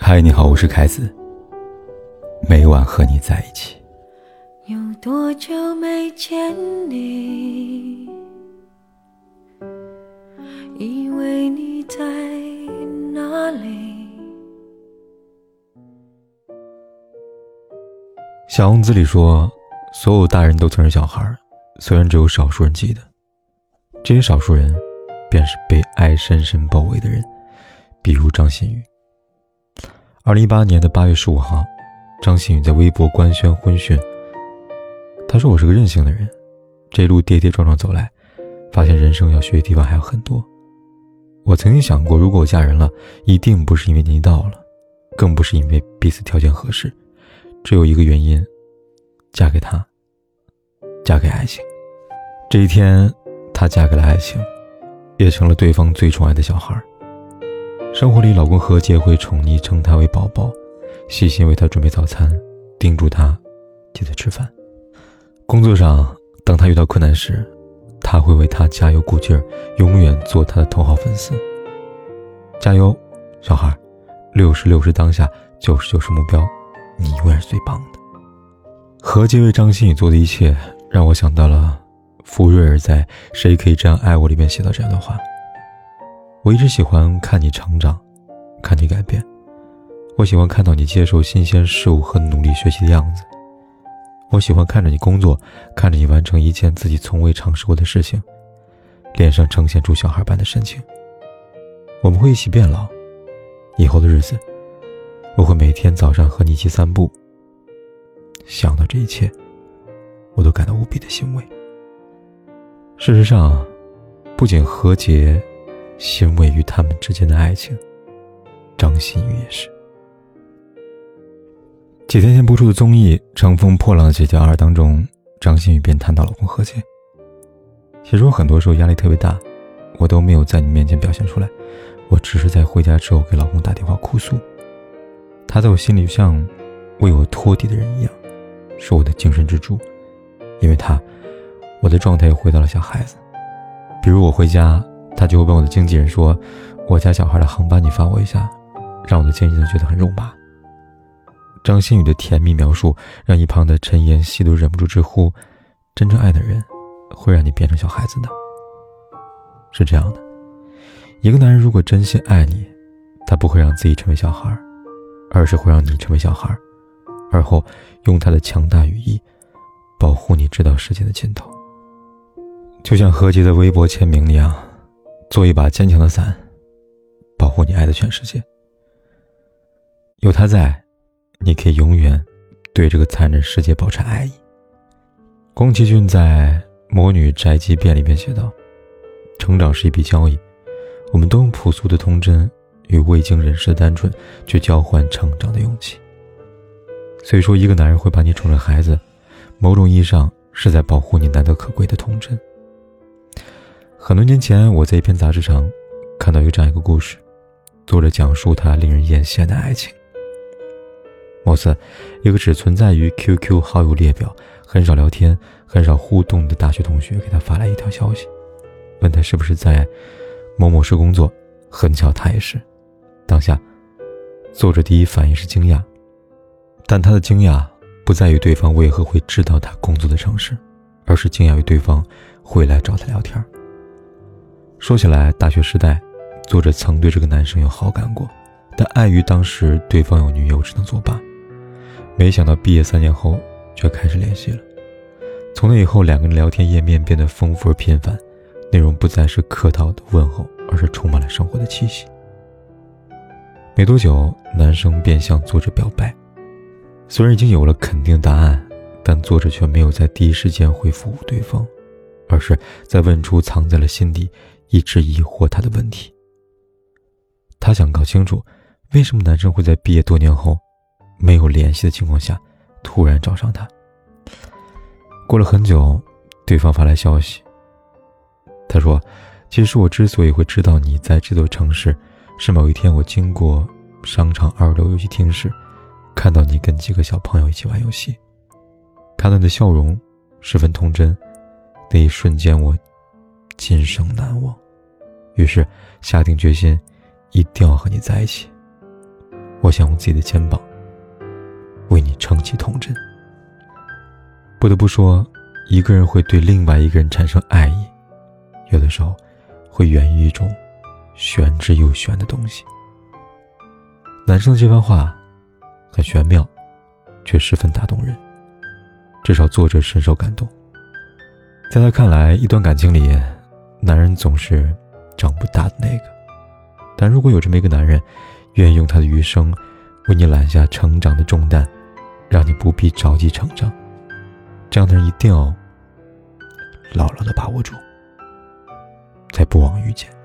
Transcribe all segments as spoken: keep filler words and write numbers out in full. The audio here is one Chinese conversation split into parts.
嗨，你好，我是凯子，每晚和你在一起。 有多久没见你，以为你在哪里。 小王子里说，所有大人都曾是小孩，虽然只有少数人记得。这些少数人便是被爱深深包围的人，比如张馨予。二零一八年的八月十五号，张馨予在微博官宣婚讯。他说，我是个任性的人，这一路跌跌撞撞走来，发现人生要学的地方还有很多。我曾经想过，如果我嫁人了，一定不是因为年纪到了，更不是因为彼此条件合适，只有一个原因，嫁给他，嫁给爱情。这一天，她嫁给了爱情，也成了对方最宠爱的小孩。生活里，老公何洁会宠溺称她为宝宝，细心为她准备早餐，叮嘱她记得吃饭。工作上，当她遇到困难时，他会为她加油鼓劲儿，永远做她的头号粉丝。加油，小孩，六十六是当下，九十九是目标，你永远是最棒的。何洁为张馨予做的一切，让我想到了福瑞尔在《谁可以这样爱我》里面写到这样的话：我一直喜欢看你成长，看你改变，我喜欢看到你接受新鲜事物和努力学习的样子。我喜欢看着你工作，看着你完成一件自己从未尝试过的事情，脸上呈现出小孩般的神情。我们会一起变老，以后的日子，我会每天早上和你一起散步。想到这一切，我都感到无比的欣慰。事实上，不仅何洁欣慰于他们之间的爱情，张馨予也是。几天前播出的综艺《乘风破浪的姐姐二》当中，张馨予便谈到老公何洁。其实我很多时候压力特别大，我都没有在你面前表现出来，我只是在回家之后给老公打电话哭诉。他在我心里像为我托底的人一样，是我的精神支柱。因为他，我的状态又回到了小孩子。比如我回家，他就会问我的经纪人说，我家小孩的航班你发我一下，让我的经纪人觉得很肉麻。张馨予的甜蜜描述让一旁的陈妍希都忍不住直呼，真正爱的人会让你变成小孩子的。是这样的，一个男人如果真心爱你，他不会让自己成为小孩，而是会让你成为小孩，而后用他的强大羽翼保护你直到时间的尽头。就像何洁的微博签名那样，做一把坚强的伞，保护你爱的全世界。有他在，你可以永远对这个残忍世界保持爱意。宫崎骏在《魔女宅急便》里面写道，成长是一笔交易，我们都用朴素的童真与未经人事的单纯去交换成长的勇气。所以说，一个男人会把你宠成孩子，某种意义上是在保护你难得可贵的童真。很多年前，我在一篇杂志上看到有这样一个故事，作者讲述他令人艳羡的爱情。某次，一个只存在于 Q Q 好友列表，很少聊天，很少互动的大学同学给他发来一条消息，问他是不是在某某市工作。很巧，他也是。当下，作者第一反应是惊讶，但他的惊讶不在于对方为何会知道他工作的城市，而是惊讶于对方会来找他聊天。说起来，大学时代，作者曾对这个男生有好感过，但碍于当时对方有女友，只能作罢。没想到毕业三年后却开始联系了。从那以后，两个人聊天页面变得丰富而频繁，内容不再是客套的问候，而是充满了生活的气息。没多久，男生便向作者表白。虽然已经有了肯定的答案，但作者却没有在第一时间回复对方，而是在问出藏在了心底一直疑惑他的问题。他想搞清楚，为什么男生会在毕业多年后没有联系的情况下突然找上他。过了很久，对方发来消息，他说，其实我之所以会知道你在这座城市，是某一天我经过商场二楼游戏厅时，看到你跟几个小朋友一起玩游戏，看到你的笑容十分童真，那一瞬间我今生难忘，于是下定决心一定要和你在一起。 我想用自己的肩膀为你撑起童真。不得不说，一个人会对另外一个人产生爱意，有的时候会源于一种玄之又玄的东西。男生的这番话很玄妙，却十分打动人，至少作者深受感动。在他看来，一段感情里，男人总是长不大的那个，但如果有这么一个男人愿意用他的余生为你揽下成长的重担，让你不必着急成长，这样的人一定要牢牢地把握住，才不枉遇见。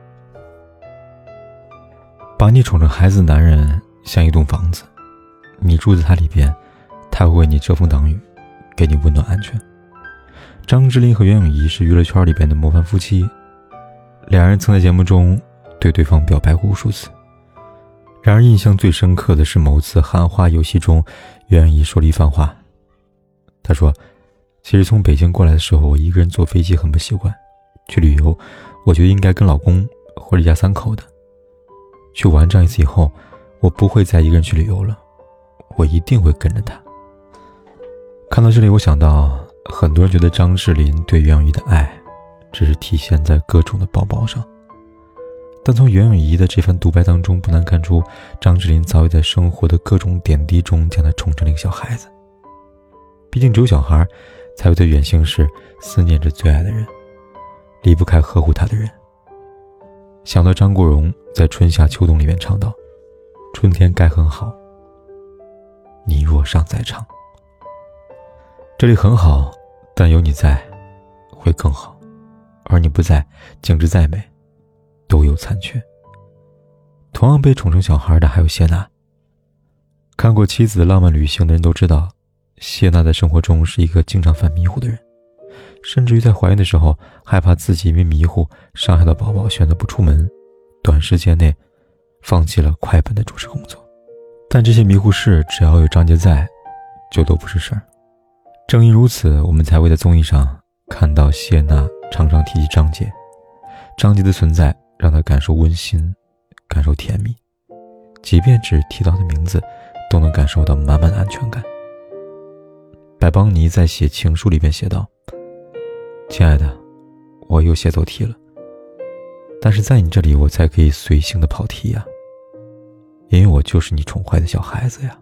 把你宠成孩子的男人像一栋房子，你住在他里边，他会为你遮风挡雨，给你温暖安全。张智霖和袁咏仪是娱乐圈里边的模范夫妻，两人曾在节目中对对方表白过无数次。然而印象最深刻的是某次喊话游戏中，袁咏仪说了一番话。她说，其实从北京过来的时候，我一个人坐飞机很不习惯，去旅游我觉得应该跟老公或者一家三口的。去完这样一次以后，我不会再一个人去旅游了，我一定会跟着他。看到这里，我想到很多人觉得张智霖对袁咏仪的爱只是体现在各种的包包上，但从袁咏仪的这番独白当中，不难看出张智霖早已在生活的各种点滴中将她宠成了一个小孩子。毕竟只有小孩才会在远行时思念着最爱的人，离不开呵护他的人。想到张国荣在春夏秋冬里面唱道，春天该很好，你若尚在场。这里很好，但有你在会更好，而你不在，景致再美都有残缺。同样被宠成小孩的还有谢娜。看过《妻子的浪漫旅行》的人都知道，谢娜在生活中是一个经常犯迷糊的人，甚至于在怀孕的时候害怕自己因为迷糊伤害到宝宝，选择不出门，短时间内放弃了快本的主持工作。但这些迷糊事只要有张杰在，就都不是事儿。正因如此，我们才会在综艺上看到谢娜常常提及张杰，张杰的存在让她感受温馨，感受甜蜜，即便只提到他的名字，都能感受到满满的安全感。白邦尼在写情书里边写道，亲爱的，我又写错题了，但是在你这里我才可以随性的跑题呀，因为我就是你宠坏的小孩子呀。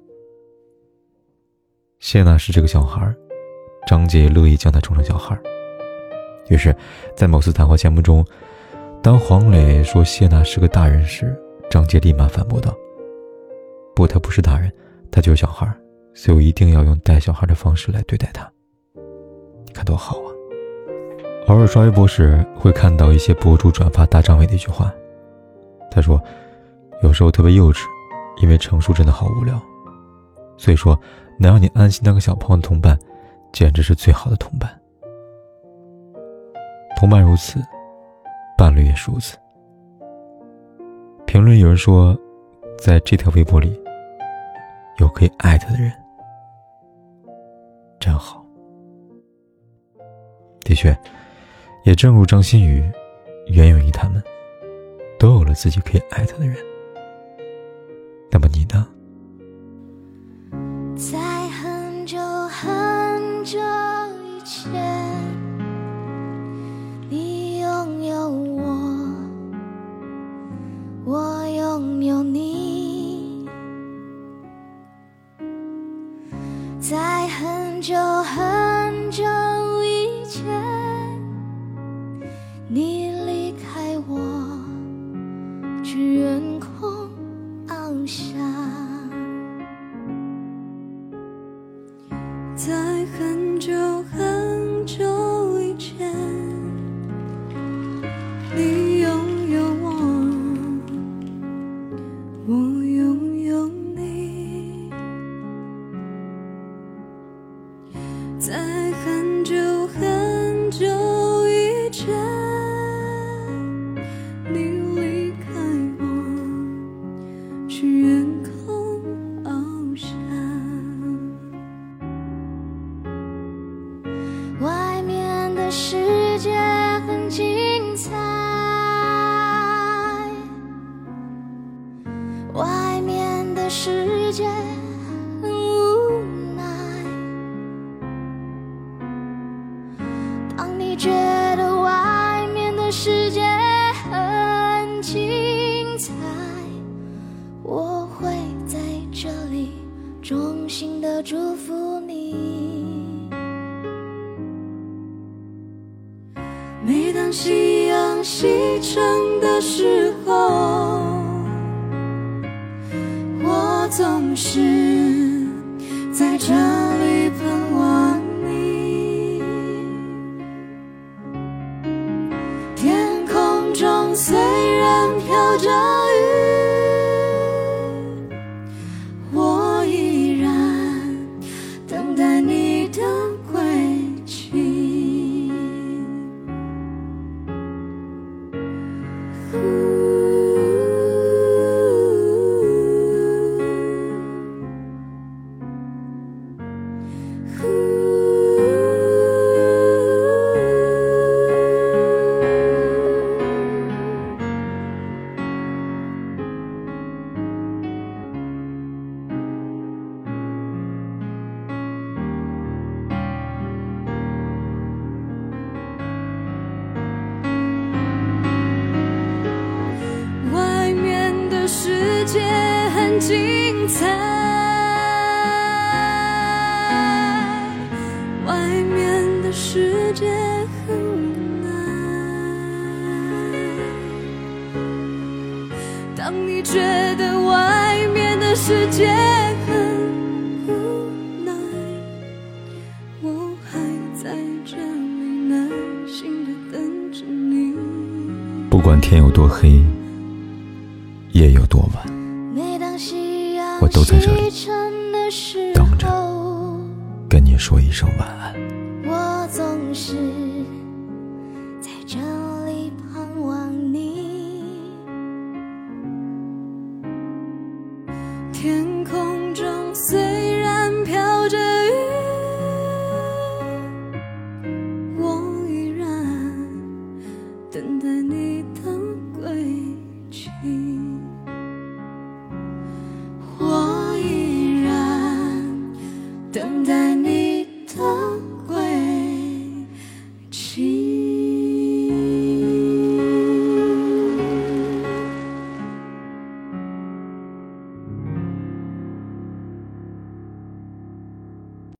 谢娜是这个小孩，张杰也乐意将她宠成小孩。于是在某次谈话节目中，当黄磊说谢娜是个大人时，张杰立马反驳道，不，他不是大人，他就是小孩，所以我一定要用带小孩的方式来对待他。你看多好啊。偶尔刷微博时会看到一些博主转发大张伟的一句话，他说，有时候特别幼稚，因为成熟真的好无聊，所以说能让你安心当个小朋友的同伴，简直是最好的同伴。同伴如此，伴侣也是如此。评论有人说，在这条微博里有可以爱他的人，真好。的确，也正如张馨予、袁咏仪他们都有了自己可以爱他的人。那么你呢？ 在很久很久以前，你拥有我，我拥有你。在很久很久以前，你离开我，去远空翱翔。在很久很久以前，你拥有我，我拥有你。在很久很久以前，你离开我，去远空翱翔。外面的世界很精彩，外面的世世界很无奈。当你觉得外面的世界很精彩，我会在这里衷心的祝福你。每当夕阳西沉的时候，我总是在这里盼望你。天空中虽然飘着雨，我依然等待你的归期。世界很精彩，外面的世界很无奈。当你觉得外面的世界很无奈，我还在这里耐心地等着你。 不管天有多黑，夜有多晚，我都在这里等着跟你说一声晚安。 我总是在这里盼望你。天空